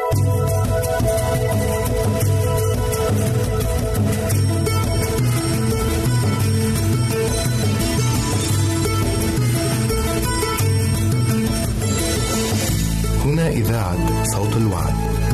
هنا إذاعة صوت الوعد.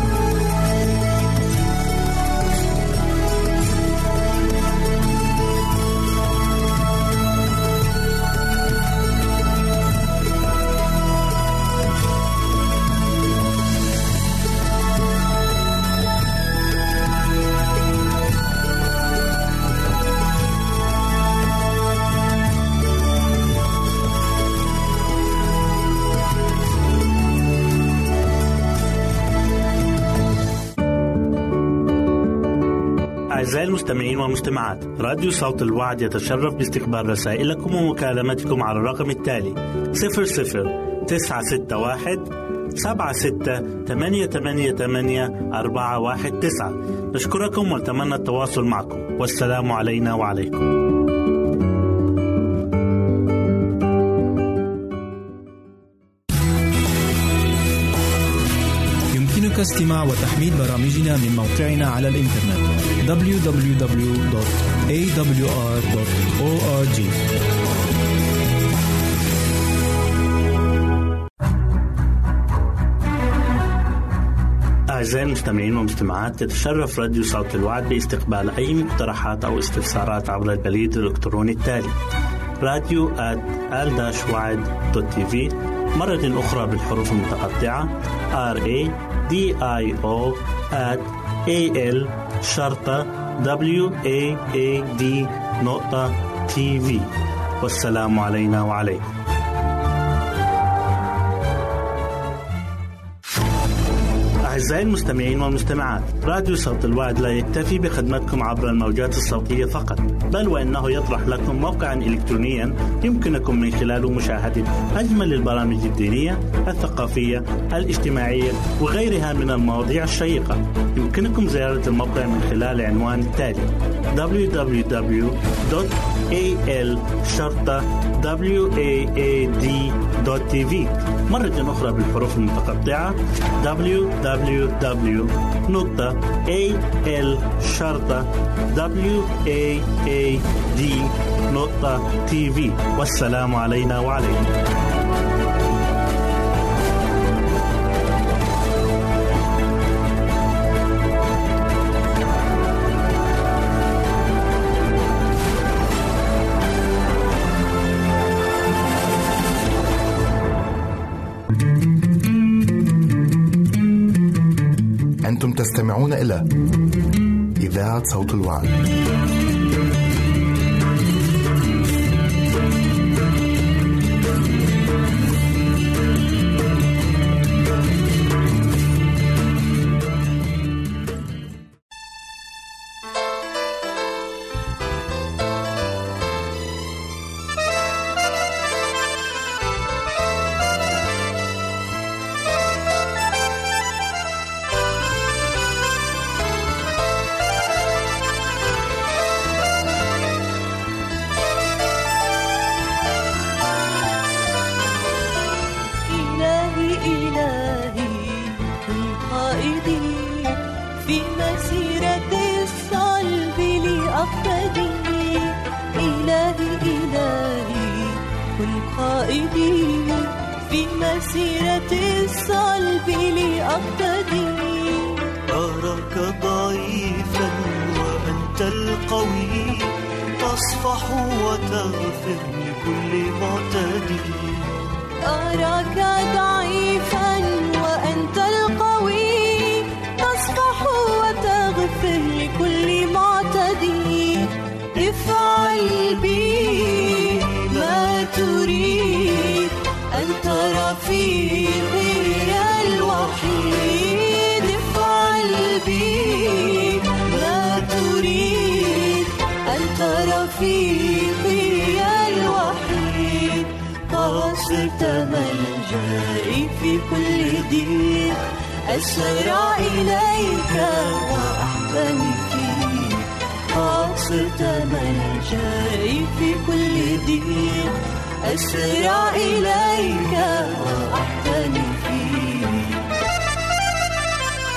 أعزائي المستمعين والمستمعات، راديو صوت الوعد يتشرف باستقبال رسائلكم ومكالمتكم على الرقم التالي 00-961-76-88-419. نشكركم ونتمنى التواصل معكم، والسلام علينا وعليكم. يمكنك استماع وتحميل برامجنا من موقعنا على الإنترنت www.awr.org. أعزائي المستمعين والمستمعات، يتشرف راديو صوت الوعد باستقبال أي مقترحات أو استفسارات عبر البريد الإلكتروني التالي radio@al-wad.tv، مرة أخرى بالحروف المتقطعة radio@al-wad.tv. والسلام علينا وعليكم. أعزائي المستمعين والمستمعات، راديو صوت الوعد لا يكتفي بخدمتكم عبر الموجات الصوتية فقط، بل وإنه يطرح لكم موقعا إلكترونيا يمكنكم من خلاله مشاهدة أجمل البرامج الدينية، الثقافية، الاجتماعية وغيرها من المواضيع الشيقة. يمكنكم زيارة الموقع من خلال عنوان التالي www.al-wad.tv، مرة أخرى بالحروف المتقطعة www.al-wad.tv. والسلام علينا وعليكم. أنتم تستمعون إلى إذاعة صوت الوعد. في مسيرة الصلب لأقتدي. أراك ضعيفا وأنت القوي، تصفح وتغفر لكل معتدي. أراك ضعيفا وأنت القوي، تصفح وتغفر لكل معتدي. افعل بي ما تريد، أنت رفيقي الوحيد. افعل بي ما تريد، أنت رفيقي الوحيد. قصرت ملجئي في كل ضيق، أسرع إليك وأحتمي فيك. قصرت ملجئي في كل ضيق، أسرع إليك وأحتمي فيك.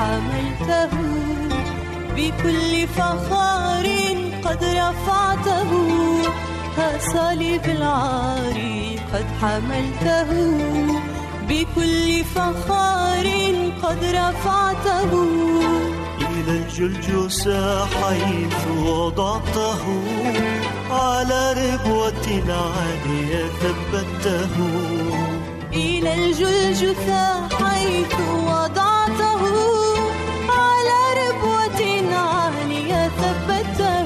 حملته، بكل فخار قد رفعته. ها صليب العار قد حملته، بكل فخار قد رفعته. إلى الجلجثة حيث وضعته، على ربوة عالية ثبته. إلى الجلجثة حيث وضعته، على ربوة عالية ثبته.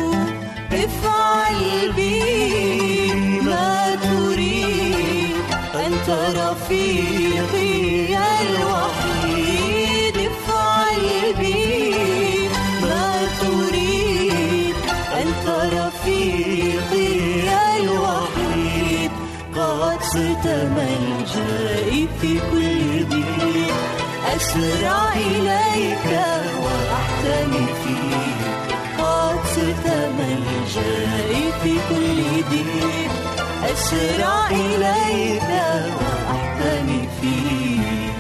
افعل بي ما تريد، أنت رفيقي الوحيد. افعل بي ما تريد، أنت رفيقي الوحيد. قد صرت ملجئي في كل ضيق، أسرع إليك وأحتمي فيك. قد صرت ملجئي في كل ضيق، أسرع إليك وأحتمي فيك.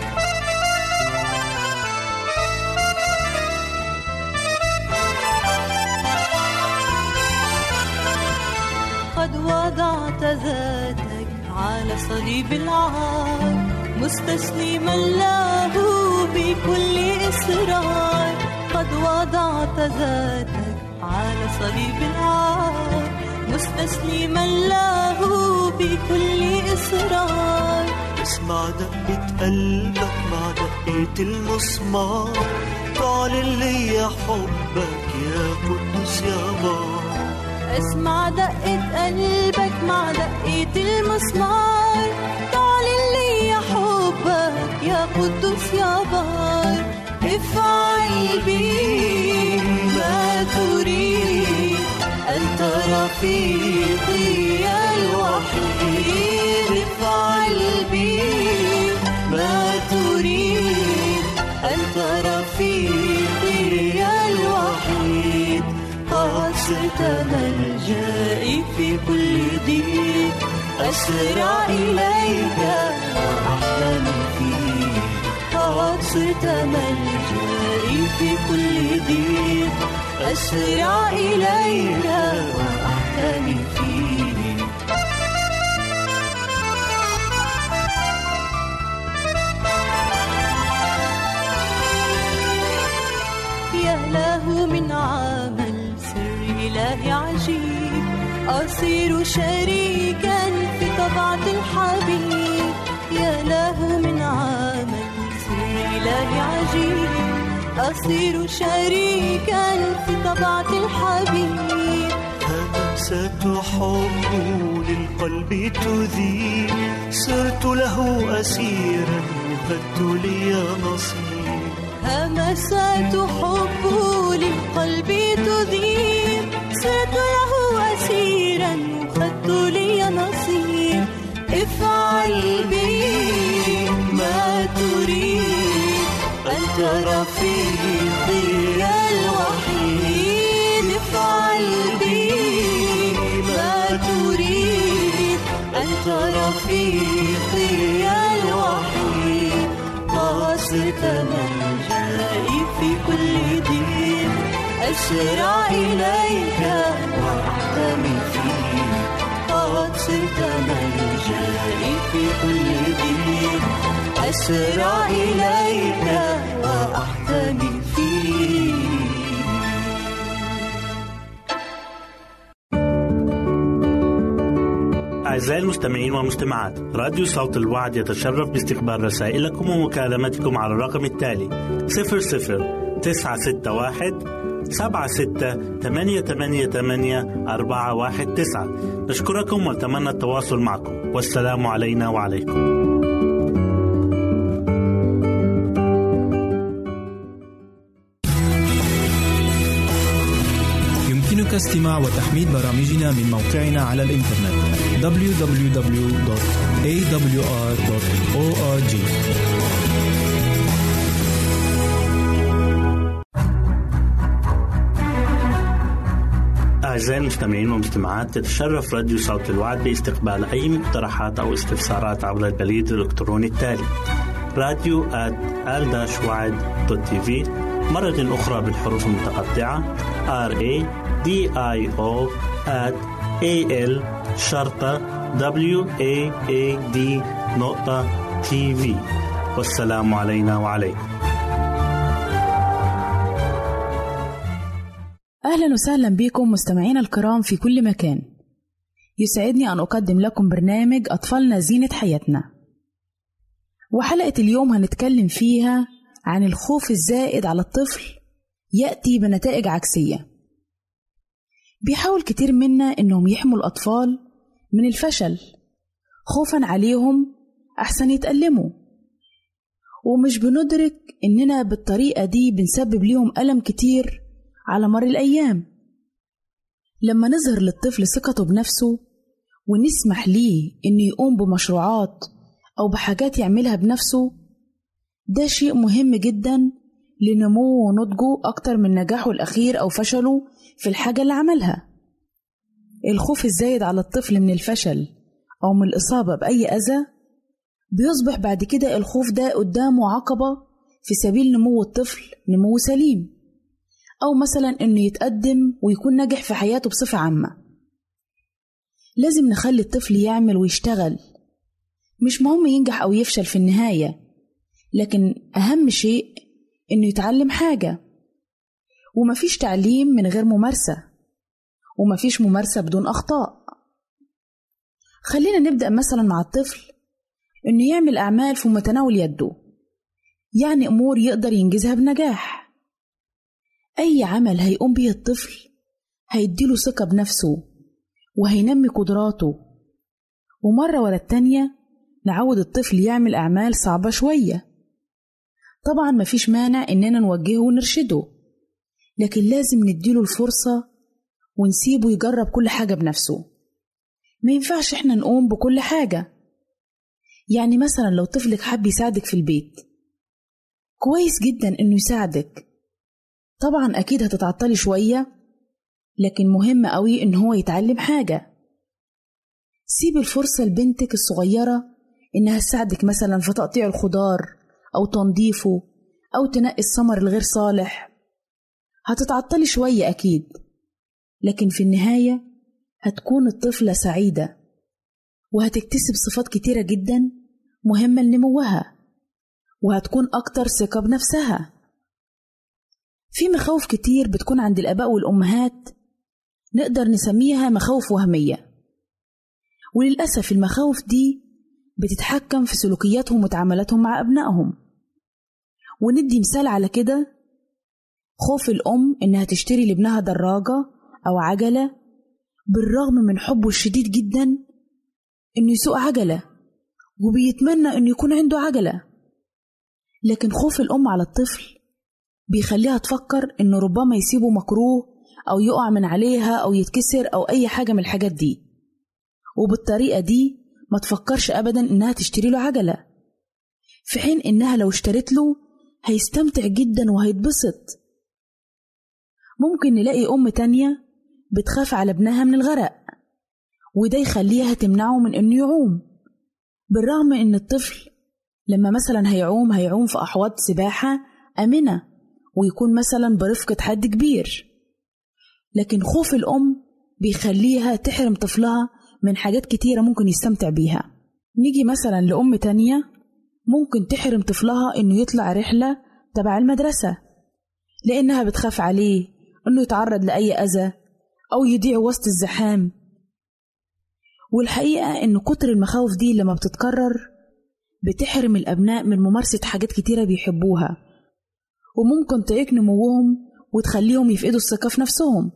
قد وضعت ذاتك على صليب العار، مستسلما له بكل إصرار. قد وضعت ذاتك على صليب العار، مستسلما له بكل إصرار. اسمع دقة قلبك مع دقة المسمار، تعلن لي حبك يا قدوس يا بار. اسمع دقة قلبك مع دقة المسمار، تعلن لي حبك يا قدوس يا بار. افعل بي ما تريد، أنت رفيقي الوحيد. افعل بي ما تريد، أنت رفيقي الوحيد. قد صرت ملجئي في كل ضيق، أسرع إليك وأحتمي فيك. قد صرت ملجئي في كل ضيق، أسرع إليك وأحتمي فيك. يا له من عمل سر إله عجيب، أصير شريكا في طبعة الحبيب. يا له من عمل سر إله عجيب، أصير شريكا في طبعة الحبيب. همسة حب للقلب تذيب، صرت له أسيرا وخدت لي نصيب. همسات حب للقلب تذيب، صرت له أسيرا وخدت لي نصيب. افعل بي ما تريد، أنت رفيقي الوحيد. افعل بي ما تريد، أنت رفيقي الوحيد. قاصرت ملجئي في كل ضيق، أسرع إليك وأحتمي فيك. قد صرت ملجئي في كل ضيق، أسرع إليك وأحتمي فيك. أعزائي المستمعين والمستمعات، راديو صوت الوعد يتشرف باستقبال رسائلكم ومكالمتكم على الرقم التالي 00-961-76-88-419. نشكركم ونتمنى التواصل معكم، والسلام علينا وعليكم. يمكنك استماع وتحميل برامجنا من موقعنا على الإنترنت www.awr.org. أعزائي المستمعين والمستمعات، يتشرف راديو صوت الوعد باستقبال أي مقترحات أو استفسارات عبر البريد الإلكتروني التالي radio@al-wad.tv. مرة أخرى بالحروف المتقطعة radio@al-wad.tv. والسلام علينا وعليكم. أهلا وسهلا بكم مستمعينا الكرام في كل مكان. يسعدني أن أقدم لكم برنامج أطفالنا زينة حياتنا، وحلقة اليوم هنتكلم فيها عن الخوف الزائد على الطفل يأتي بنتائج عكسية. بيحاول كتير منا إنهم يحموا الأطفال من الفشل خوفا عليهم أحسن يتألموا، ومش بندرك إننا بالطريقة دي بنسبب ليهم ألم كتير على مر الأيام. لما نظهر للطفل ثقته بنفسه ونسمح ليه إنه يقوم بمشروعات أو بحاجات يعملها بنفسه، ده شيء مهم جدا لنموه ونضجه أكتر من نجاحه الأخير أو فشله في الحاجة اللي عملها. الخوف الزايد على الطفل من الفشل أو من الإصابة بأي أذى بيصبح بعد كده الخوف ده قدامه عقبة في سبيل نمو الطفل نمو سليم، أو مثلا إنه يتقدم ويكون ناجح في حياته بصفة عامة. لازم نخلي الطفل يعمل ويشتغل، مش مهم ينجح أو يفشل في النهاية، لكن أهم شيء إنه يتعلم حاجة. ومفيش تعليم من غير ممارسة، ومفيش ممارسة بدون أخطاء. خلينا نبدأ مثلا مع الطفل إنه يعمل أعمال في متناول يده، يعني أمور يقدر ينجزها بنجاح. أي عمل هيقوم به الطفل هيديله ثقة بنفسه وهينمي قدراته. ومرة ورا التانية نعود الطفل يعمل أعمال صعبة شوية. طبعا مفيش مانع إننا نوجهه ونرشده، لكن لازم نديله الفرصة ونسيبه يجرب كل حاجة بنفسه. ما ينفعش إحنا نقوم بكل حاجة. يعني مثلا لو طفلك حب يساعدك في البيت، كويس جدا إنه يساعدك. طبعا أكيد هتتعطلي شوية، لكن مهم قوي إن هو يتعلم حاجة. سيب الفرصة لبنتك الصغيرة إنها تساعدك مثلا في تقطيع الخضار أو تنظيفه أو تنقي الثمر الغير صالح. هتتعطلي شوية أكيد، لكن في النهاية هتكون الطفلة سعيدة وهتكتسب صفات كتيرة جدا مهمة لنموها، وهتكون أكتر ثقة بنفسها. في مخاوف كتير بتكون عند الآباء والأمهات نقدر نسميها مخاوف وهمية، وللأسف المخاوف دي بتتحكم في سلوكياتهم وتعاملاتهم مع أبنائهم. وندي مثال على كده: خوف الأم إنها تشتري لابنها دراجة أو عجلة بالرغم من حبه الشديد جدا إنه يسوق عجلة وبيتمنى إنه يكون عنده عجلة، لكن خوف الأم على الطفل بيخليها تفكر إنه ربما يسيبه مكروه أو يقع من عليها أو يتكسر أو أي حاجة من الحاجات دي، وبالطريقة دي ما تفكرش أبدا إنها تشتري له عجلة، في حين إنها لو اشترت له هيستمتع جدا وهيتبسط. ممكن نلاقي أم تانية بتخاف على ابنها من الغرق، وده يخليها تمنعه من إنه يعوم، بالرغم إن الطفل لما مثلا هيعوم في أحواض سباحة آمنة ويكون مثلا برفقة حد كبير. لكن خوف الأم بيخليها تحرم طفلها من حاجات كتيرة ممكن يستمتع بيها. نيجي مثلا لأم تانية ممكن تحرم طفلها إنه يطلع رحلة تبع المدرسة لأنها بتخاف عليه إنه يتعرض لأي أذى أو يضيع وسط الزحام. والحقيقة إن كتر المخاوف دي لما بتتكرر بتحرم الأبناء من ممارسة حاجات كتيرة بيحبوها، وممكن تعيق نموهم وتخليهم يفقدوا الثقة في نفسهم.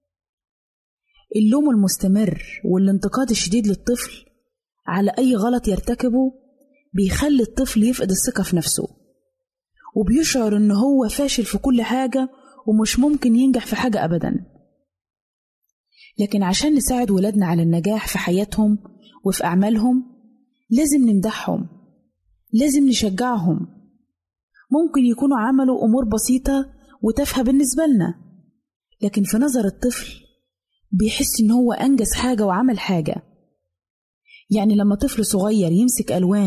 اللوم المستمر والانتقاد الشديد للطفل على أي غلط يرتكبه بيخلي الطفل يفقد الثقة في نفسه، وبيشعر إنه هو فاشل في كل حاجة ومش ممكن ينجح في حاجة أبدا. لكن عشان نساعد ولادنا على النجاح في حياتهم وفي أعمالهم لازم نمدحهم، لازم نشجعهم. ممكن يكونوا عملوا أمور بسيطة وتافهة بالنسبة لنا، لكن في نظر الطفل بيحس إن هو أنجز حاجة وعمل حاجة. يعني لما طفل صغير يمسك ألوان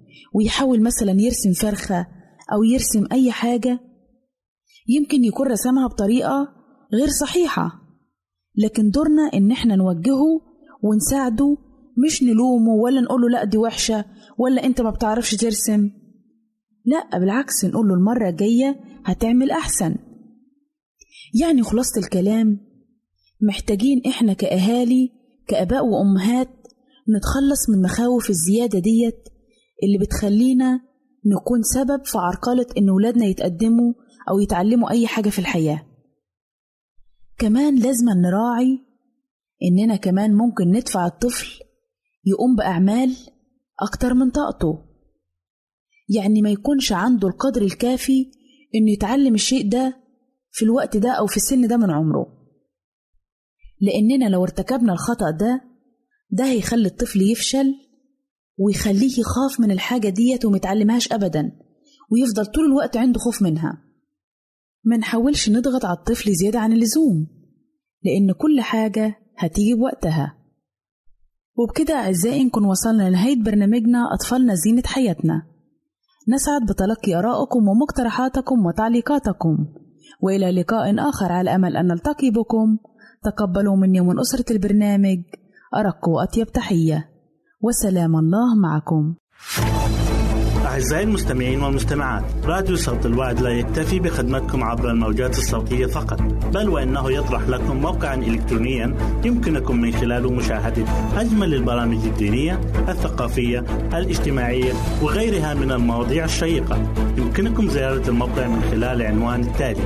ويحاول مثلا يرسم فرخة أو يرسم أي حاجة، يمكن يكون رسمها بطريقة غير صحيحة، لكن دورنا إن احنا نوجهه ونساعده، مش نلومه ولا نقوله لأ دي وحشة ولا أنت ما بتعرفش ترسم. لأ، بالعكس نقوله المرة الجاية هتعمل أحسن. يعني خلاصة الكلام، محتاجين إحنا كأهالي كأباء وأمهات نتخلص من مخاوف الزيادة ديت اللي بتخلينا نكون سبب في عرقلة إن ولادنا يتقدموا أو يتعلموا أي حاجة في الحياة. كمان لازم نراعي إننا كمان ممكن ندفع الطفل يقوم بأعمال أكتر من طاقته، يعني ما يكونش عنده القدر الكافي إنه يتعلم الشيء ده في الوقت ده أو في السن ده من عمره، لأننا لو ارتكبنا الخطأ ده هيخلي الطفل يفشل ويخليه يخاف من الحاجة ديت ومتعلمهاش أبدا، ويفضل طول الوقت عنده خوف منها. ما نحاولش نضغط على الطفل زيادة عن اللزوم، لأن كل حاجة هتيجي بوقتها. وبكده أعزائي نكون وصلنا لنهاية برنامجنا أطفالنا زينة حياتنا. نسعد بتلقي آرائكم ومقترحاتكم وتعليقاتكم، وإلى لقاء آخر على أمل أن نلتقي بكم. تقبلوا مني ومن أسرة البرنامج أرق وأطيب تحية، وسلام الله معكم. أعزائي المستمعين والمستمعات، راديو صوت الوعد لا يكتفي بخدمتكم عبر الموجات الصوتية فقط، بل وإنه يطرح لكم موقعا إلكترونيا يمكنكم من خلاله مشاهدة أجمل البرامج الدينية، الثقافية، الاجتماعية وغيرها من المواضيع الشيقة. يمكنكم زيارة الموقع من خلال العنوان التالي: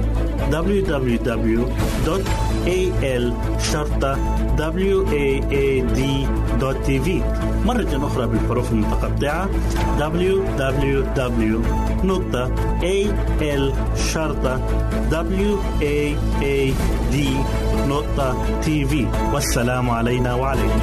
www.al-waad.tv. مرة أخرى بالحروف المتقطعة: www.al-waad.tv. والسلام علينا وعليكم.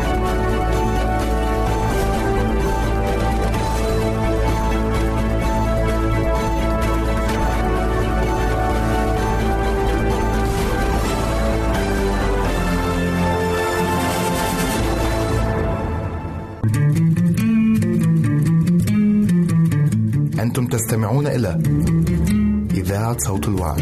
أنتم تستمعون إلى إذاعة صوت الوعد.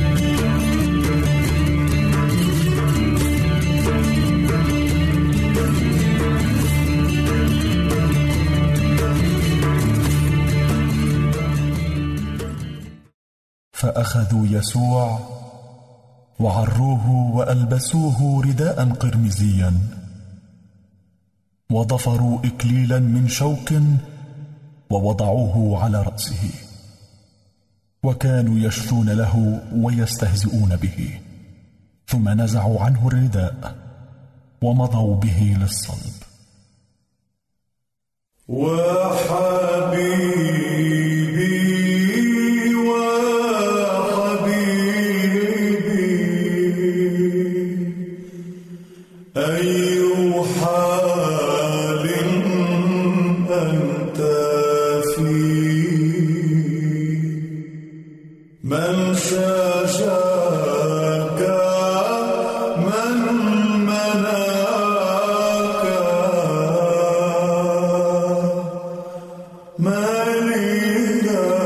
فأخذوا يسوع وعروه وألبسوه رداء قرمزيا، وضفروا إكليلا من شوك ووضعوه على رأسه، وكانوا يشثون له ويستهزئون به. ثم نزعوا عنه الرداء ومضوا به للصلب. وحبيبي وحبيبي أي حال أنت فيه، من شجاك من مناك، مالك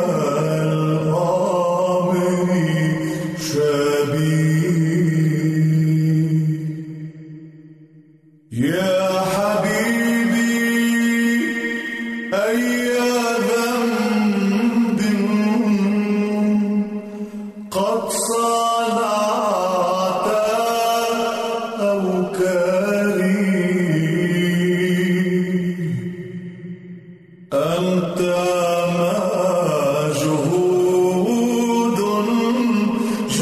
الأمر شبيه. يا حبيبي أي ذنب قد صنعت أو كريم، أنت مجهود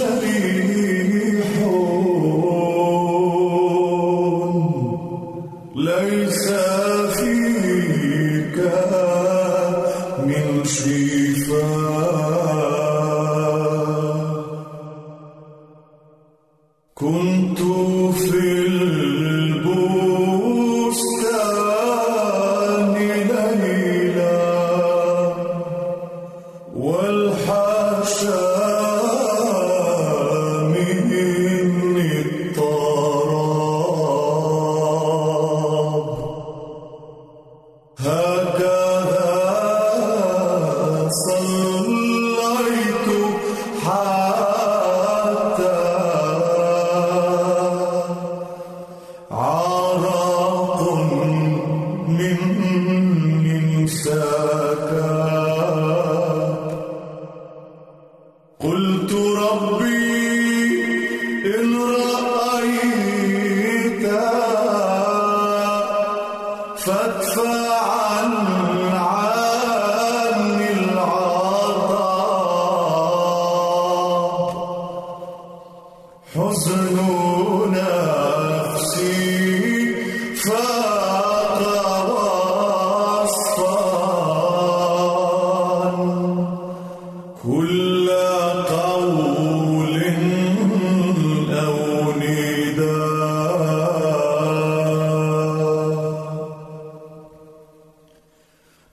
جريح،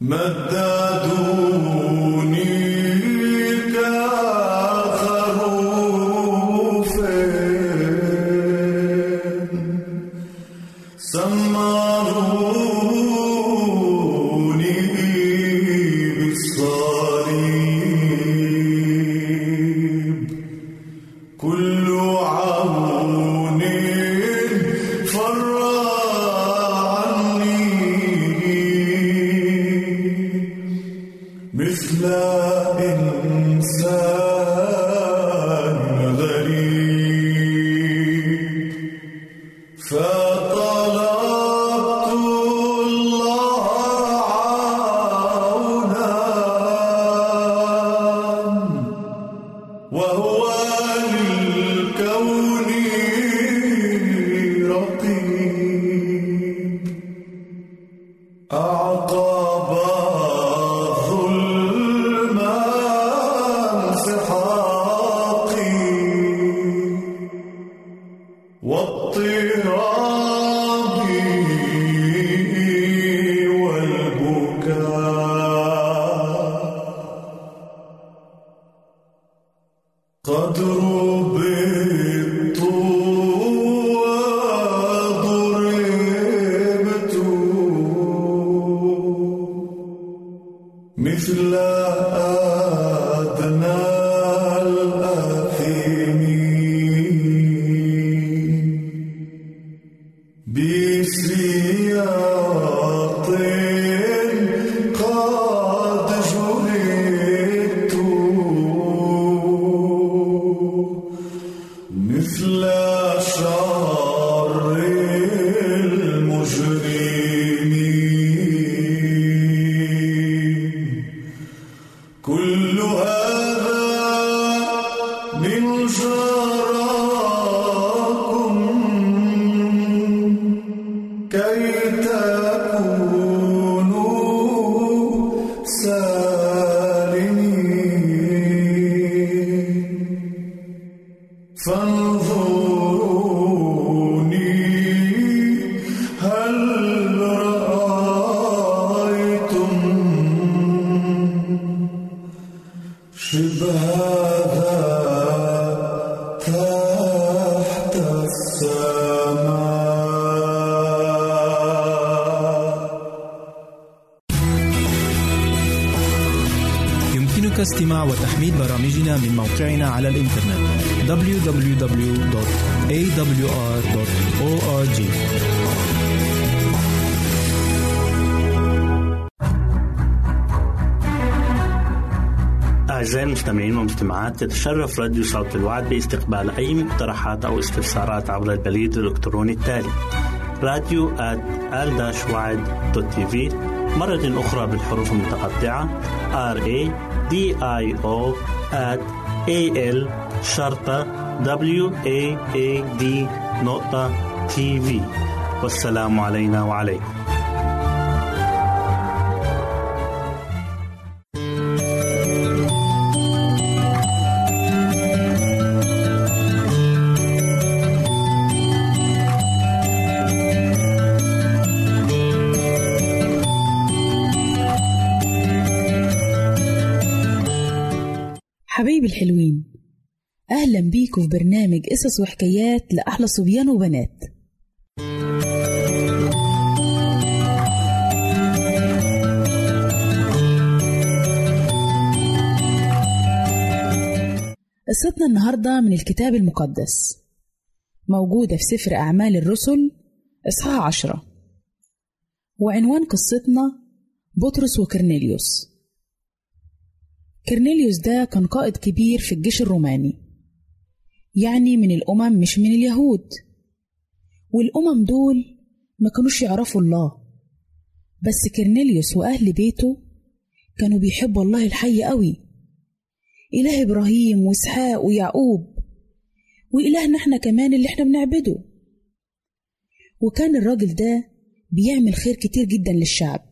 مددوني كخروف سمروني بالصليب كل عون فر عني مثل إنسان غريب فطلبت الله عونا وهو للكون رقيب أعقب ظلما انسحاقي واضطرابي والبكاء قد ربطت وضربت مثل أدنى الآثمين بسياط قد جلدت مثل شر المجرمين كل هذا من جراكم كي تكونوا سالمين فانظروني هل رأيتم شبه هذا تحت السماء. يمكنك استماع وتحميل برامجنا من موقعنا على الإنترنت www.awr.org. أعزائي المستمعين والمستمعات، تتشرف راديو صوت الوعد باستقبال أي مقترحات أو استفسارات عبر البريد الإلكتروني التالي radio@al-wad.tv، مرة أخرى بالحروف المتقطعة radio@al-wad.tv. والسلام علينا وعليكم. حبايبي الحلوين، أهلا بيكم في برنامج قصص وحكايات لأحلى صبيان وبنات. قصتنا النهاردة من الكتاب المقدس، موجودة في سفر أعمال الرسل إصحاح 10، وعنوان قصتنا بطرس وكرنيليوس. كرنيليوس ده كان قائد كبير في الجيش الروماني، يعني من الأمم مش من اليهود، والأمم دول ما كانوش يعرفوا الله، بس كرنيليوس وأهل بيته كانوا بيحبوا الله الحي قوي، إله إبراهيم وإسحاق ويعقوب، وإلهنا احنا كمان اللي احنا بنعبده. وكان الراجل ده بيعمل خير كتير جدا للشعب،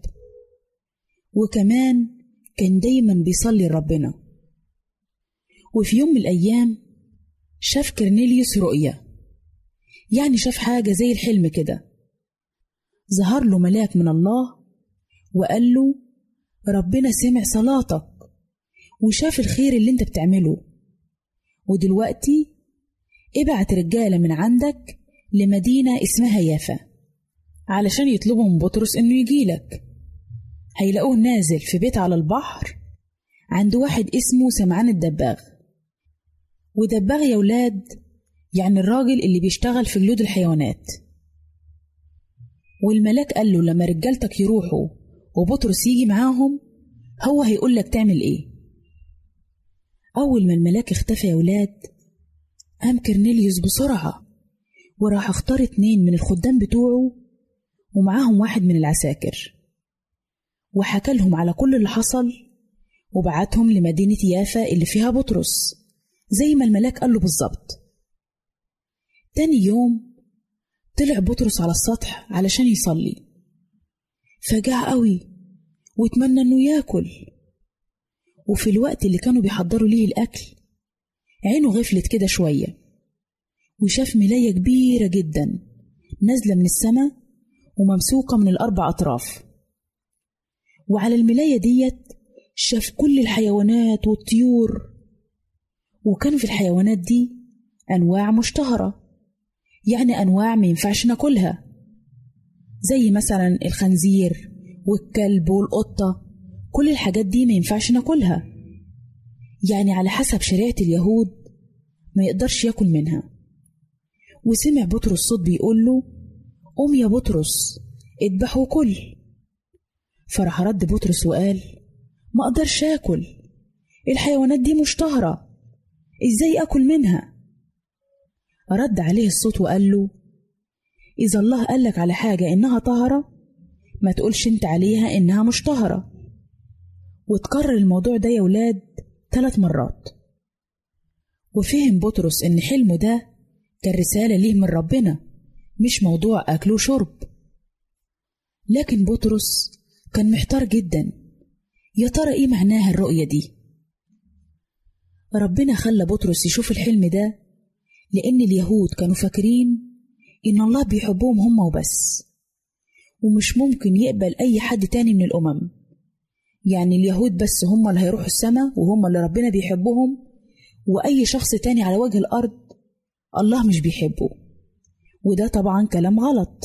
وكمان كان دايما بيصلي لربنا. وفي يوم من الأيام شاف كرنيليوس رؤية، يعني شاف حاجة زي الحلم كده. ظهر له ملاك من الله وقال له ربنا سمع صلاتك وشاف الخير اللي انت بتعمله، ودلوقتي ابعت رجالة من عندك لمدينة اسمها يافا علشان يطلبوا من بطرس انه يجيلك. هيلاقوه نازل في بيت على البحر عند واحد اسمه سمعان الدباغ. ودباغ يا ولاد يعني الراجل اللي بيشتغل في جلود الحيوانات. والملاك قال له لما رجالتك يروحوا وبطرس يجي معاهم هو هيقولك تعمل ايه. اول ما الملاك اختفى يا ولاد قام كرنيليوس بسرعة وراح اختار 2 من الخدام بتوعه ومعاهم 1 من العساكر، وحكى لهم على كل اللي حصل وبعتهم لمدينة يافا اللي فيها بطرس زي ما الملاك قال له بالظبط. تاني يوم طلع بطرس على السطح علشان يصلي، فجاع قوي واتمنى انه ياكل. وفي الوقت اللي كانوا بيحضروا ليه الاكل عينه غفلت كده شوية وشاف ملاية كبيرة جدا نازلة من السماء وممسوكة من ال4 أطراف. وعلى الملاية ديت شاف كل الحيوانات والطيور، وكان في الحيوانات دي أنواع مشتهرة، يعني أنواع ما ينفعش ناكلها، زي مثلا الخنزير والكلب والقطة. كل الحاجات دي ما ينفعش ناكلها، يعني على حسب شريعة اليهود ما يقدرش ياكل منها. وسمع بطرس صوت بيقول له قوم يا بطرس اذبح وكل. فراح رد بطرس وقال ما اقدرش اكل، الحيوانات دي مشتهرة، ازاي اكل منها؟ رد عليه الصوت وقال له اذا الله قالك على حاجة انها طاهرة ما تقولش انت عليها انها مشتهرة. وتكرر الموضوع ده يا ولاد 3 مرات. وفهم بطرس ان حلمه ده كان رسالة ليه من ربنا، مش موضوع اكل وشرب. لكن بطرس كان محتار جدا، يا ترى ايه معناها الرؤية دي؟ ربنا خلى بطرس يشوف الحلم ده لان اليهود كانوا فاكرين ان الله بيحبهم هم وبس، ومش ممكن يقبل اي حد تاني من الامم. يعني اليهود بس هم اللي هيروحوا السماء وهم اللي ربنا بيحبهم، واي شخص تاني على وجه الارض الله مش بيحبه. وده طبعا كلام غلط.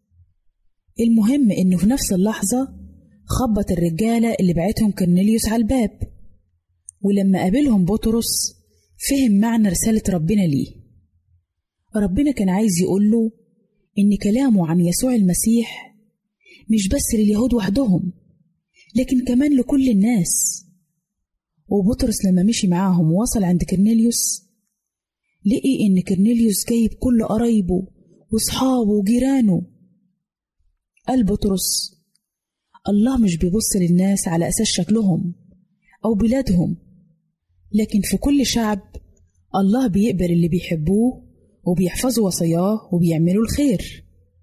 المهم انه في نفس اللحظة خبط الرجالة اللي بعتهم كرنيليوس على الباب، ولما قابلهم بطرس فهم معنى رسالة ربنا ليه. ربنا كان عايز يقوله ان كلامه عن يسوع المسيح مش بس لليهود وحدهم لكن كمان لكل الناس. وبطرس لما مشي معاهم ووصل عند كرنيليوس لقي ان كرنيليوس جايب كل قرايبه واصحابه وجيرانه. قال بطرس الله مش بيبص للناس على اساس شكلهم او بلادهم، لكن في كل شعب الله بيقبل اللي بيحبوه وبيحفظوا وصاياه وبيعملوا الخير.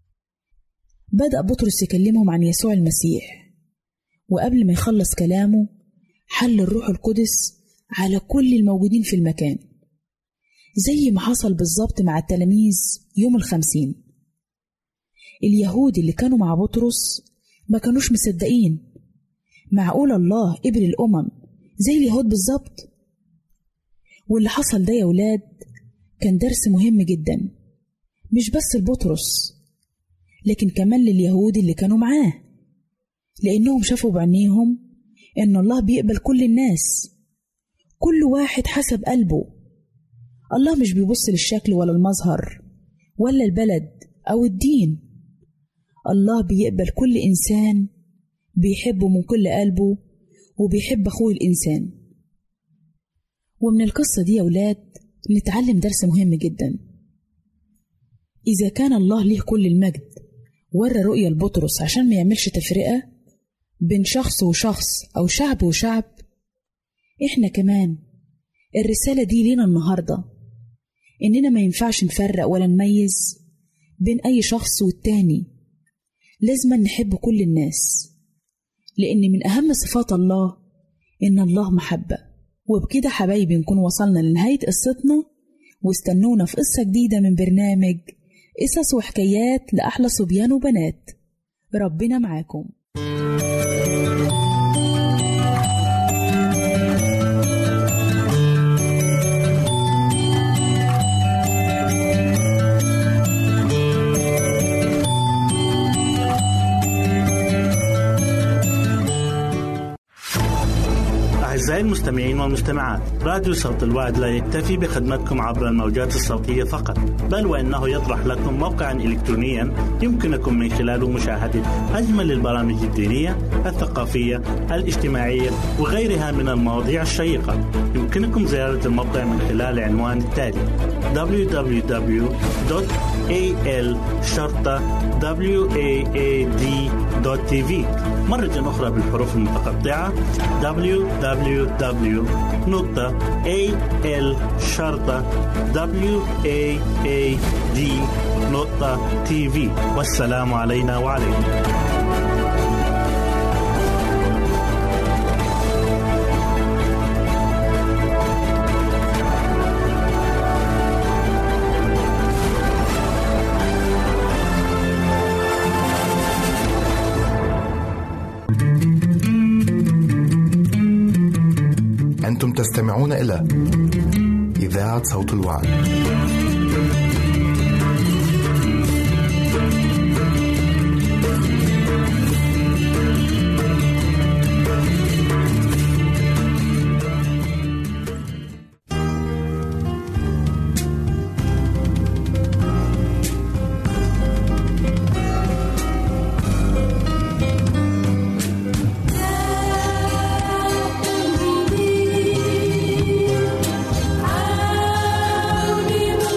بدأ بطرس يكلمهم عن يسوع المسيح، وقبل ما يخلص كلامه حل الروح القدس على كل الموجودين في المكان، زي ما حصل بالظبط مع التلاميذ يوم 50. اليهود اللي كانوا مع بطرس ما كانوش مصدقين، معقول الله قبل الأمم زي اليهود بالظبط؟ واللي حصل ده يا ولاد كان درس مهم جدا، مش بس لبطرس لكن كمان لليهود اللي كانوا معاه، لأنهم شافوا بعينيهم إن الله بيقبل كل الناس، كل واحد حسب قلبه. الله مش بيبص للشكل ولا المظهر ولا البلد أو الدين، الله بيقبل كل إنسان بيحبه من كل قلبه وبيحب أخوه الإنسان. ومن القصة دي يا ولاد نتعلم درس مهم جدا. إذا كان الله ليه كل المجد ورى رؤية لبطرس عشان ما يعملش تفرقة بين شخص وشخص أو شعب وشعب، إحنا كمان الرسالة دي لينا النهاردة إننا ما ينفعش نفرق ولا نميز بين أي شخص والتاني، لازم نحب كل الناس، لأن من أهم صفات الله إن الله محبة. وبكده حبايبي نكون وصلنا لنهاية قصتنا، واستنونا في قصة جديدة من برنامج قصص وحكايات لأحلى صبيان وبنات. ربنا معاكم. أعزائي المستمعين والمستمعات، راديو صوت الوعد لا يكتفي بخدمتكم عبر الموجات الصوتية فقط، بل وإنه يطرح لكم موقعا إلكترونيا يمكنكم من خلاله مشاهدة أجمل البرامج الدينية، الثقافية، الاجتماعية وغيرها من المواضيع الشيقة. يمكنكم زيارة الموقع من خلال العنوان التالي: www.al-waad.tv. مرة أخرى بالحروف المتقطعة: www.al-waad.tv. والسلام علينا وعليكم. أنتم تستمعون إلى إذاعة صوت الوعد. عوني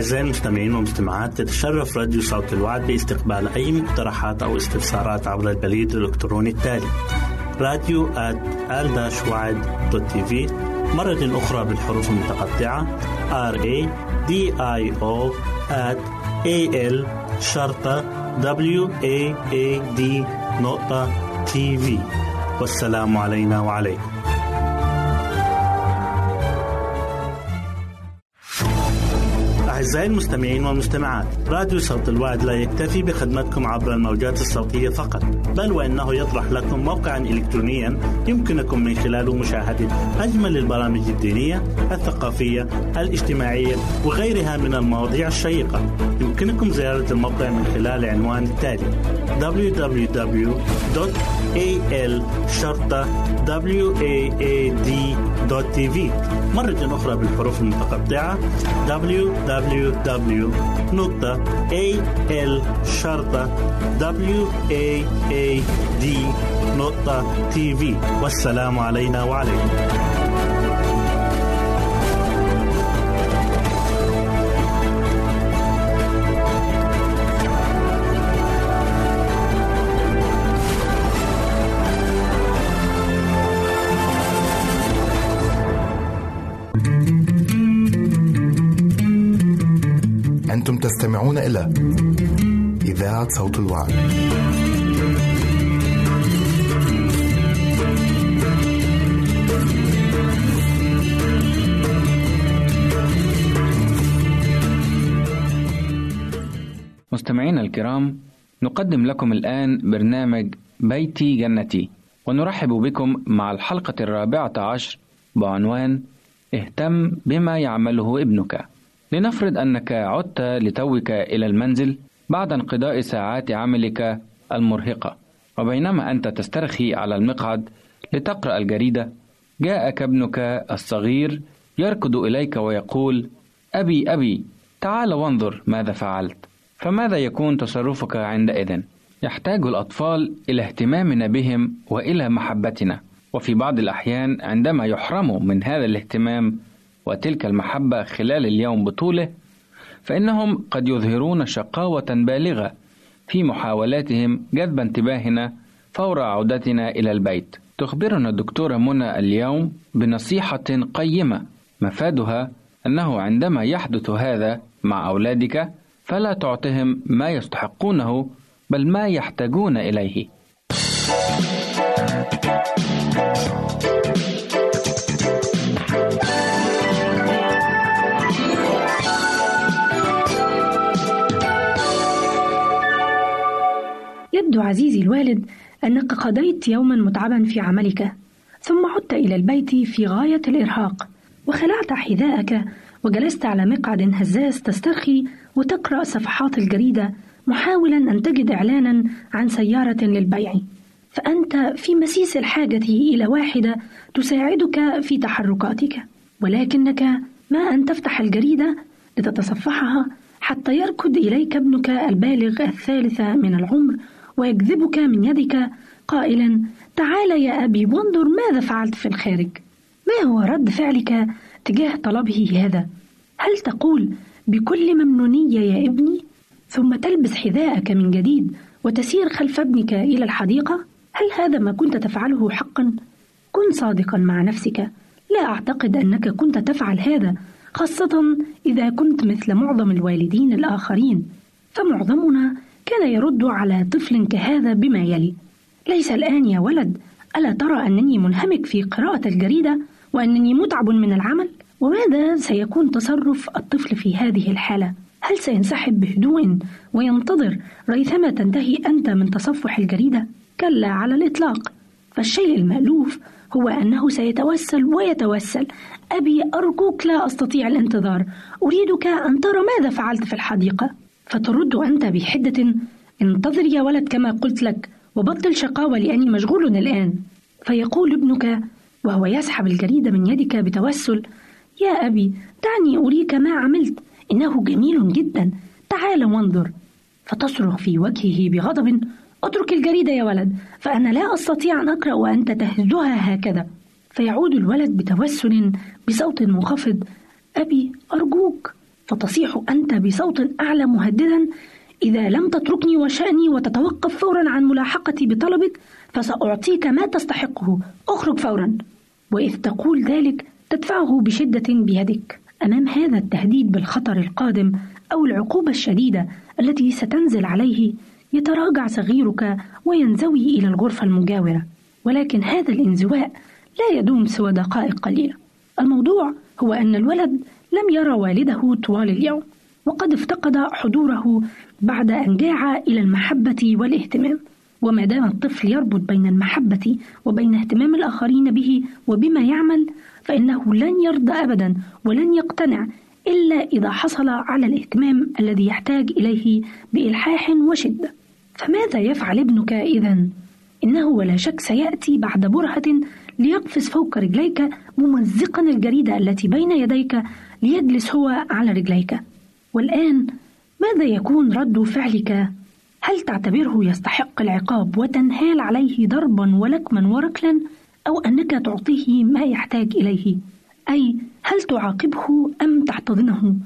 أعزائي المستمعين والمستمعات، تتشرف راديو صوت الوعد باستقبال أي مقترحات أو استفسارات عبر البريد الإلكتروني التالي radio@al-wad.tv، مرة أخرى بالحروف المتقطعة radio@al-wad.tv. والسلام علينا وعليكم. أعزائي المستمعين والمستمعات، راديو صوت الوعد لا يكتفي بخدمتكم عبر الموجات الصوتية فقط، بل وإنه يطرح لكم موقعا إلكترونيا يمكنكم من خلاله مشاهدة أجمل البرامج الدينية، الثقافية، الاجتماعية وغيرها من المواضيع الشيقة. يمكنكم زيارة الموقع من خلال عنوان التالي www.al-wad.tv، مرة أخرى بالحروف المتقطعة www.al-wad.tv. والسلام علينا وعليكم. أنتم تستمعون إلى إذاعة صوت الوعد. مستمعينا الكرام، نقدم لكم الآن برنامج بيتي جنتي، ونرحب بكم مع الحلقة 14 بعنوان اهتم بما يعمله ابنك. لنفرض أنك عدت لتوك إلى المنزل بعد انقضاء ساعات عملك المرهقة، وبينما أنت تسترخي على المقعد لتقرأ الجريدة، جاءك ابنك الصغير يركض إليك ويقول: أبي أبي تعال وانظر ماذا فعلت. فماذا يكون تصرفك عندئذ؟ يحتاج الأطفال إلى اهتمامنا بهم وإلى محبتنا، وفي بعض الأحيان عندما يحرموا من هذا الاهتمام وتلك المحبة خلال اليوم بطوله، فإنهم قد يظهرون شقاوة بالغة في محاولاتهم جذب انتباهنا فور عودتنا إلى البيت. تخبرنا الدكتورة منى اليوم بنصيحة قيمة مفادها أنه عندما يحدث هذا مع أولادك فلا تعطهم ما يستحقونه بل ما يحتاجون إليه. يبدو عزيزي الوالد أنك قضيت يوما متعبا في عملك، ثم عدت إلى البيت في غاية الإرهاق، وخلعت حذاءك وجلست على مقعد هزاز تسترخي وتقرأ صفحات الجريدة محاولا أن تجد إعلانا عن سيارة للبيع، فأنت في مسيس الحاجة إلى واحدة تساعدك في تحركاتك، ولكنك ما أن تفتح الجريدة لتتصفحها حتى يركض إليك ابنك البالغ 3 من العمر ويجذبك من يدك قائلا: تعال يا أبي وانظر ماذا فعلت في الخارج. ما هو رد فعلك تجاه طلبه هذا؟ هل تقول بكل ممنونية يا ابني ثم تلبس حذاءك من جديد وتسير خلف ابنك إلى الحديقة؟ هل هذا ما كنت تفعله حقا؟ كن صادقا مع نفسك، لا أعتقد أنك كنت تفعل هذا، خاصة إذا كنت مثل معظم الوالدين الآخرين، فمعظمنا كان يرد على طفل كهذا بما يلي: ليس الآن يا ولد، ألا ترى أنني منهمك في قراءة الجريدة وأنني متعب من العمل؟ وماذا سيكون تصرف الطفل في هذه الحالة؟ هل سينسحب بهدوء وينتظر ريثما تنتهي أنت من تصفح الجريدة؟ كلا على الإطلاق، فالشيء المألوف هو أنه سيتوسل ويتوسل: أبي أرجوك لا أستطيع الانتظار، أريدك أن ترى ماذا فعلت في الحديقة. فترد أنت بحدة: انتظر يا ولد كما قلت لك، وبطل شقاوة لأني مشغول الآن. فيقول ابنك وهو يسحب الجريدة من يدك بتوسل: يا أبي دعني أريك ما عملت، إنه جميل جدا، تعال وانظر. فتصرخ في وجهه بغضب: اترك الجريدة يا ولد، فأنا لا أستطيع أن أقرأ وأنت تهزها هكذا. فيعود الولد بتوسل بصوت منخفض: أبي أرجوك. فتصيح أنت بصوت أعلى مهددا: إذا لم تتركني وشأني وتتوقف فورا عن ملاحقتي بطلبك فسأعطيك ما تستحقه، اخرج فورا. وإذ تقول ذلك تدفعه بشدة بيدك. أمام هذا التهديد بالخطر القادم أو العقوبة الشديدة التي ستنزل عليه يتراجع صغيرك وينزوي إلى الغرفة المجاورة، ولكن هذا الانزواء لا يدوم سوى دقائق قليلة. الموضوع هو أن الولد لم يرى والده طوال اليوم، وقد افتقد حضوره بعد أن جاع إلى المحبة والاهتمام. وما دام الطفل يربط بين المحبة وبين اهتمام الآخرين به وبما يعمل، فإنه لن يرضى أبدا ولن يقتنع إلا إذا حصل على الاهتمام الذي يحتاج إليه بإلحاح وشدة. فماذا يفعل ابنك إذن؟ إنه ولا شك سيأتي بعد برهة ليقفز فوق رجليك ممزقا الجريدة التي بين يديك ليجلس هو على رجليك. والآن ماذا يكون رد فعلك؟ هل تعتبره يستحق العقاب وتنهال عليه ضربا ولكما وركلا، أو أنك تعطيه ما يحتاج إليه؟ أي هل تعاقبه أم تحتضنه؟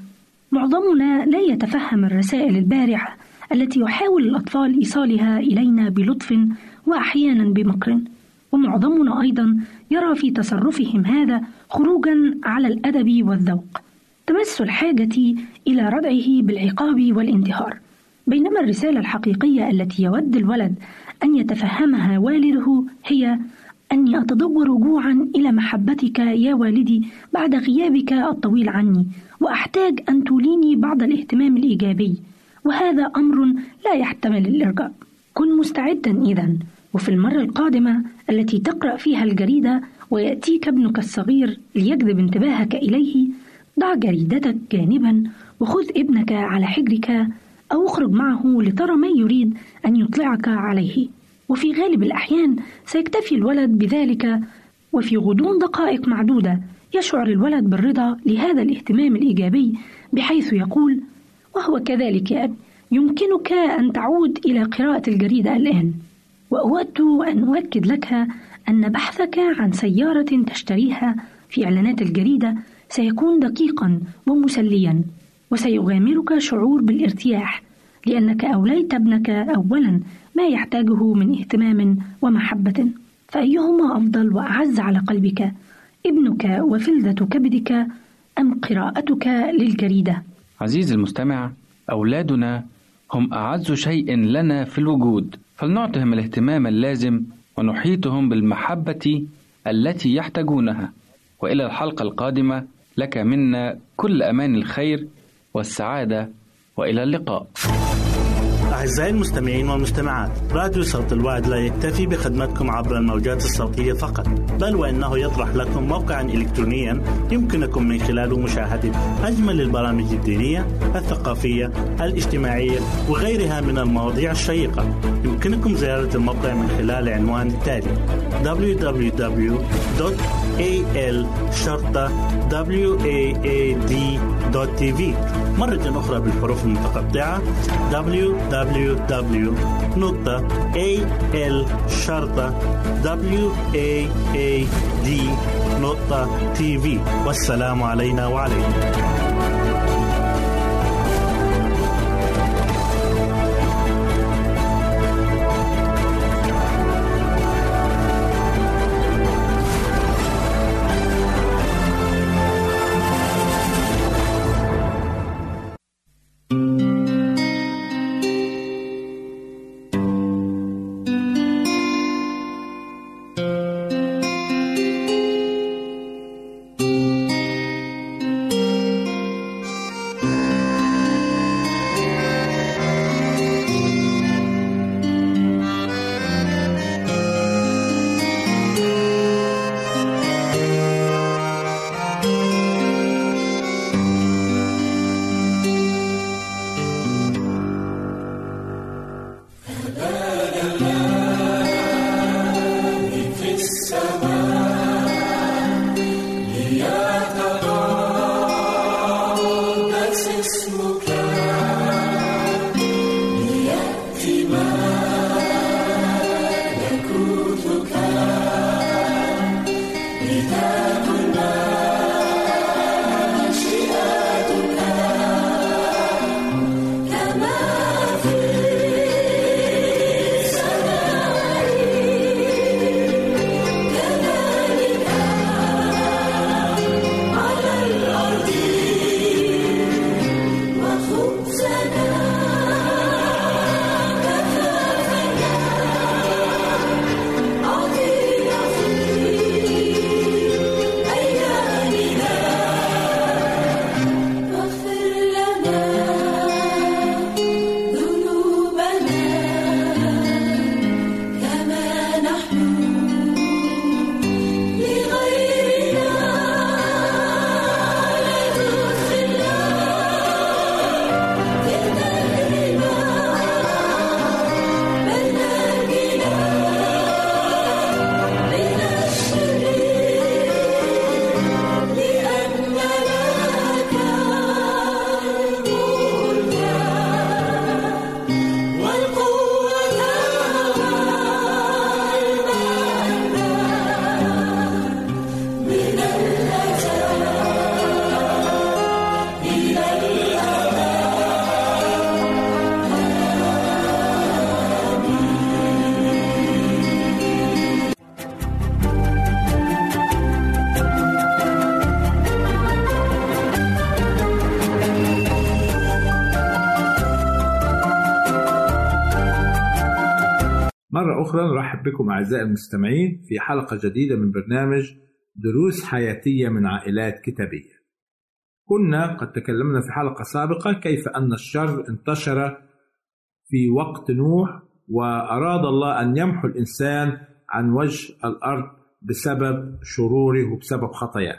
معظمنا لا يتفهم الرسائل البارعة التي يحاول الأطفال إيصالها إلينا بلطف وأحيانا بمكر، ومعظمنا أيضا يرى في تصرفهم هذا خروجا على الأدب والذوق، تمس الحاجة إلى ردعه بالعقاب والانتهار. بينما الرسالة الحقيقية التي يود الولد أن يتفهمها والده هي: أني أتدور جوعا إلى محبتك يا والدي بعد غيابك الطويل عني، وأحتاج أن توليني بعض الاهتمام الإيجابي، وهذا أمر لا يحتمل الإرجاء. كن مستعدا إذن، وفي المرة القادمة التي تقرأ فيها الجريدة ويأتيك ابنك الصغير ليجذب انتباهك إليه، ضع جريدتك جانبا وخذ ابنك على حجرك أو اخرج معه لترى ما يريد أن يطلعك عليه. وفي غالب الأحيان سيكتفي الولد بذلك، وفي غضون دقائق معدودة يشعر الولد بالرضا لهذا الاهتمام الإيجابي، بحيث يقول: وهو كذلك يا أبي، يمكنك أن تعود إلى قراءة الجريدة الآن. وأود أن أؤكد لك أن بحثك عن سيارة تشتريها في إعلانات الجريدة سيكون دقيقا ومسليا، وسيغامرك شعور بالارتياح، لأنك أوليت ابنك أولا ما يحتاجه من اهتمام ومحبة. فأيهما أفضل وأعز على قلبك، ابنك وفلذة كبدك أم قراءتك للجريدة؟ عزيزي المستمع، أولادنا هم أعز شيء لنا في الوجود، فلنعطهم الاهتمام اللازم ونحيطهم بالمحبة التي يحتاجونها. وإلى الحلقة القادمة، لك منا كل أمان الخير والسعادة، وإلى اللقاء. أعزائي المستمعين والمستمعات، راديو صوت الوعد لا يكتفي بخدمتكم عبر الموجات الصوتية فقط، بل وإنه يطرح لكم موقعا إلكترونيا يمكنكم من خلاله مشاهدة أجمل البرامج الدينية، الثقافية، الاجتماعية وغيرها من المواضيع الشيقة. يمكنكم زيارة الموقع من خلال عنوان التالي: www.al-waad.tv. مرة أخرى بالحروف المتقطعة: www.al-waad.tv. والسلام علينا وعليكم. مرة أخرى نرحب بكم أعزائي المستمعين في حلقة جديدة من برنامج دروس حياتية من عائلات كتابية. كنا قد تكلمنا في حلقة سابقة كيف أن الشر انتشر في وقت نوح، وأراد الله أن يمحو الإنسان عن وجه الأرض بسبب شروره وبسبب خطاياه.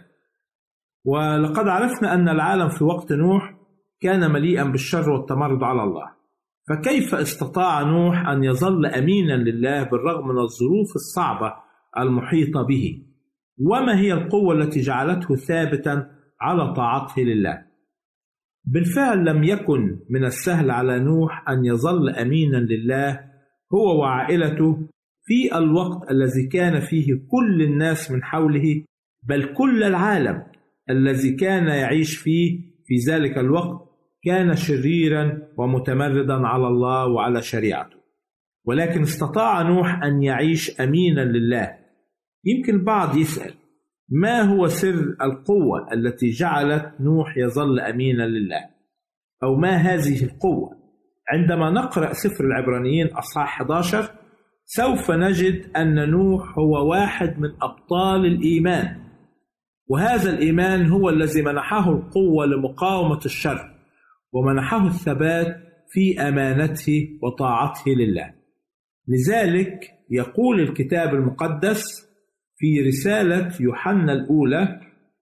ولقد عرفنا أن العالم في وقت نوح كان مليئا بالشر والتمرد على الله، فكيف استطاع نوح أن يظل أمينا لله بالرغم من الظروف الصعبة المحيطة به؟ وما هي القوة التي جعلته ثابتا على طاعته لله؟ بالفعل لم يكن من السهل على نوح أن يظل أمينا لله هو وعائلته في الوقت الذي كان فيه كل الناس من حوله، بل كل العالم الذي كان يعيش فيه في ذلك الوقت كان شريرا ومتمردا على الله وعلى شريعته. ولكن استطاع نوح أن يعيش أمينا لله. يمكن البعض يسأل ما هو سر القوة التي جعلت نوح يظل أمينا لله، أو ما هذه القوة؟ عندما نقرأ سفر العبرانيين أصحاح 11 سوف نجد أن نوح هو واحد من أبطال الإيمان، وهذا الإيمان هو الذي منحه القوة لمقاومة الشر ومنحه الثبات في أمانته وطاعته لله. لذلك يقول الكتاب المقدس في رسالة يوحنا الأولى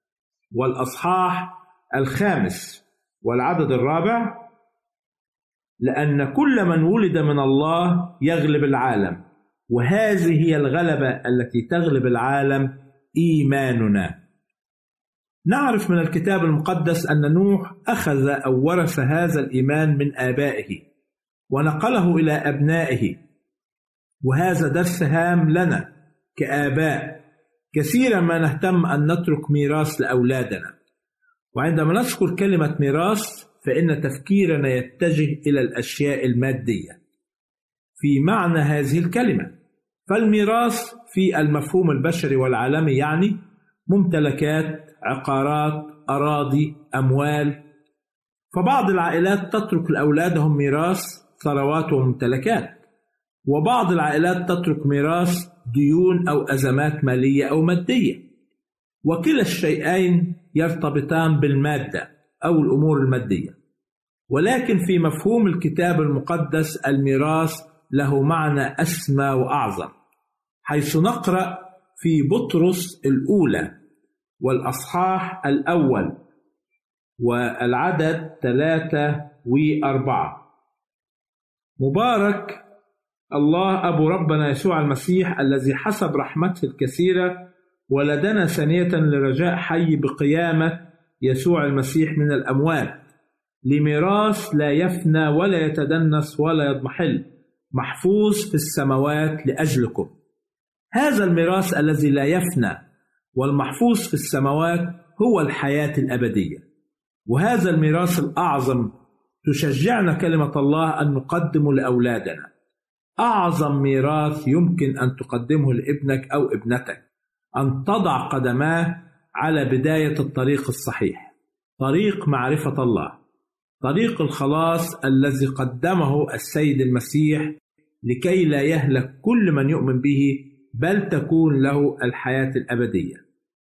والأصحاح 5 والعدد 4: لأن كل من ولد من الله يغلب العالم، وهذه هي الغلبة التي تغلب العالم، إيماننا. نعرف من الكتاب المقدس أن نوح أخذ أو ورث هذا الإيمان من آبائه ونقله إلى أبنائه، وهذا درس هام لنا كآباء. كثيرا ما نهتم أن نترك ميراث لأولادنا، وعندما نذكر كلمة ميراث فإن تفكيرنا يتجه إلى الأشياء المادية في معنى هذه الكلمة. فالميراث في المفهوم البشري والعالمي يعني ممتلكات، عقارات، أراضي، أموال. فبعض العائلات تترك لأولادهم ميراث ثروات وممتلكات، وبعض العائلات تترك ميراث ديون أو أزمات مالية أو مادية، وكلا الشيئين يرتبطان بالمادة أو الأمور المادية. ولكن في مفهوم الكتاب المقدس الميراث له معنى أسمى وأعظم، حيث نقرأ في بطرس الأولى والأصحاح 1 والعدد 3 و4: مبارك الله أبو ربنا يسوع المسيح الذي حسب رحمته الكثيرة ولدنا ثانية لرجاء حي بقيامة يسوع المسيح من الأموات، لميراث لا يفنى ولا يتدنس ولا يضمحل، محفوظ في السماوات لأجلكم. هذا الميراث الذي لا يفنى والمحفوظ في السماوات هو الحياة الأبدية، وهذا الميراث الأعظم تشجعنا كلمة الله أن نقدمه لأولادنا. أعظم ميراث يمكن أن تقدمه لابنك أو ابنتك أن تضع قدماه على بداية الطريق الصحيح، طريق معرفة الله، طريق الخلاص الذي قدمه السيد المسيح لكي لا يهلك كل من يؤمن به بل تكون له الحياة الأبدية.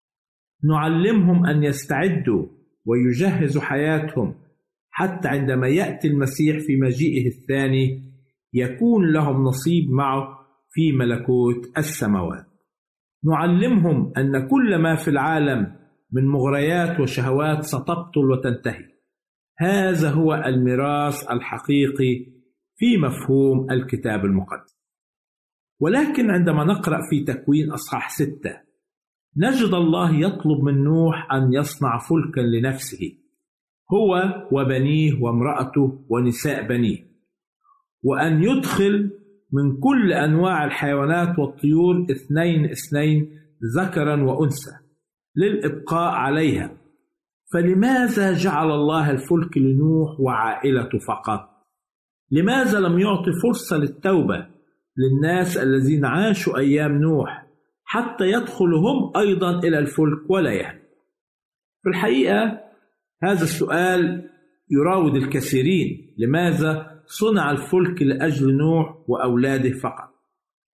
نعلمهم أن يستعدوا ويجهزوا حياتهم حتى عندما يأتي المسيح في مجيئه الثاني يكون لهم نصيب معه في ملكوت السماوات. نعلمهم أن كل ما في العالم من مغريات وشهوات ستبطل وتنتهي. هذا هو الميراث الحقيقي في مفهوم الكتاب المقدس. ولكن عندما نقرأ في تكوين أصحاح 6 نجد الله يطلب من نوح أن يصنع فلكا لنفسه هو وبنيه وامرأته ونساء بنيه، وأن يدخل من كل أنواع الحيوانات والطيور 2 ذكرا وأنثى للإبقاء عليها. فلماذا جعل الله الفلك لنوح وعائلته فقط؟ لماذا لم يعطي فرصة للتوبة للناس الذين عاشوا أيام نوح حتى يدخلوا هم أيضا إلى الفلك ولا يهلكوا؟ في الحقيقة هذا السؤال يراود الكثيرين. لماذا صنع الفلك لأجل نوح وأولاده فقط؟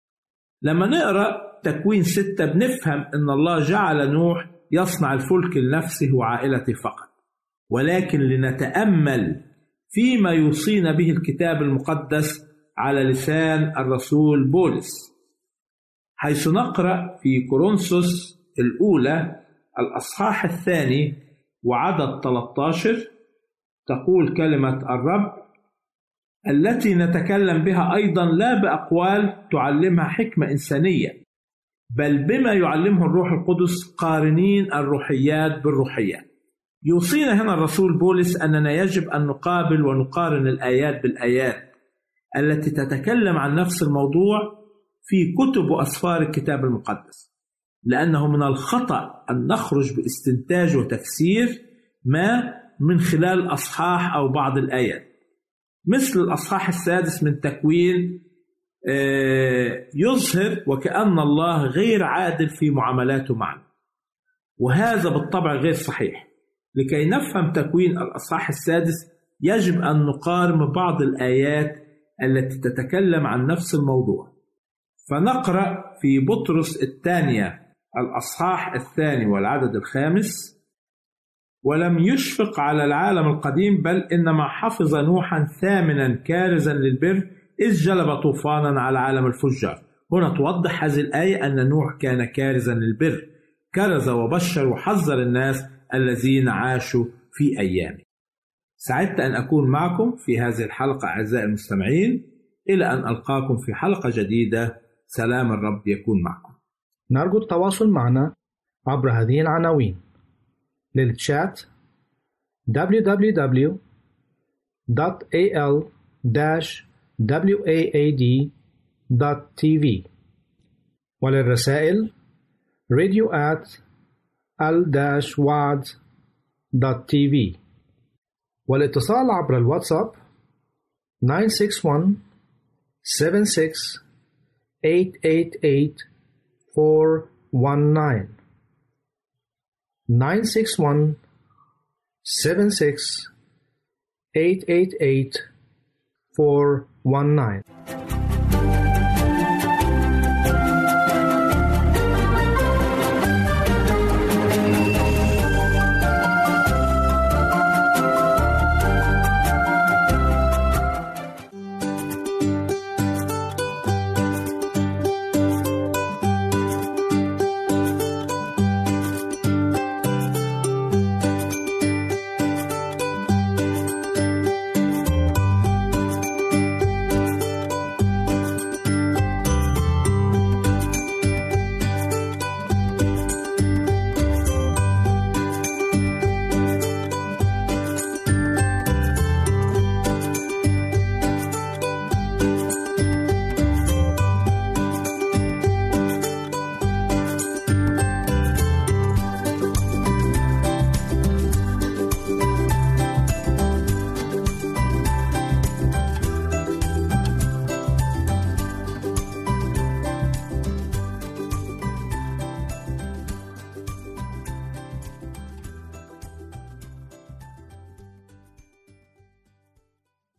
لما نقرأ تكوين 6 بنفهم أن الله جعل نوح يصنع الفلك لنفسه وعائلته فقط، ولكن لنتأمل فيما يوصينا به الكتاب المقدس على لسان الرسول بولس، حيث نقرأ في كورنثوس الأولى الأصحاح 2 وعدد 13 تقول كلمة الرب: التي نتكلم بها أيضا لا بأقوال تعلمها حكمة إنسانية، بل بما يعلمه الروح القدس قارنين الروحيات بالروحيات. يوصينا هنا الرسول بولس أننا يجب أن نقابل ونقارن الآيات بالآيات التي تتكلم عن نفس الموضوع في كتب وأسفار الكتاب المقدس، لأنه من الخطأ أن نخرج باستنتاج وتفسير ما من خلال أصحاح أو بعض الآيات، مثل الأصحاح 6 من تكوين يظهر وكأن الله غير عادل في معاملاته معنا، وهذا بالطبع غير صحيح. لكي نفهم تكوين الأصحاح 6 يجب أن نقارن بعض الآيات التي تتكلم عن نفس الموضوع. فنقرأ في بطرس الثانية الأصحاح 2 والعدد 5: ولم يشفق على العالم القديم، بل إنما حفظ نوحا ثامنا كارزا للبر إذ جلب طوفانا على عالم الفجار. هنا توضح هذه الآية أن نوح كان كارزا للبر، كرز وبشر وحذر الناس الذين عاشوا في أيامه. سعدت أن أكون معكم في هذه الحلقة أعزائي المستمعين، إلى أن ألقاكم في حلقة جديدة. سلام الرب يكون معكم. نرجو التواصل معنا عبر هذه العناوين: للتشات www.al-waad.tv، وللرسائل radio@al-waad.tv، والاتصال عبر الواتساب 961-76-888-419 961-76-888-419.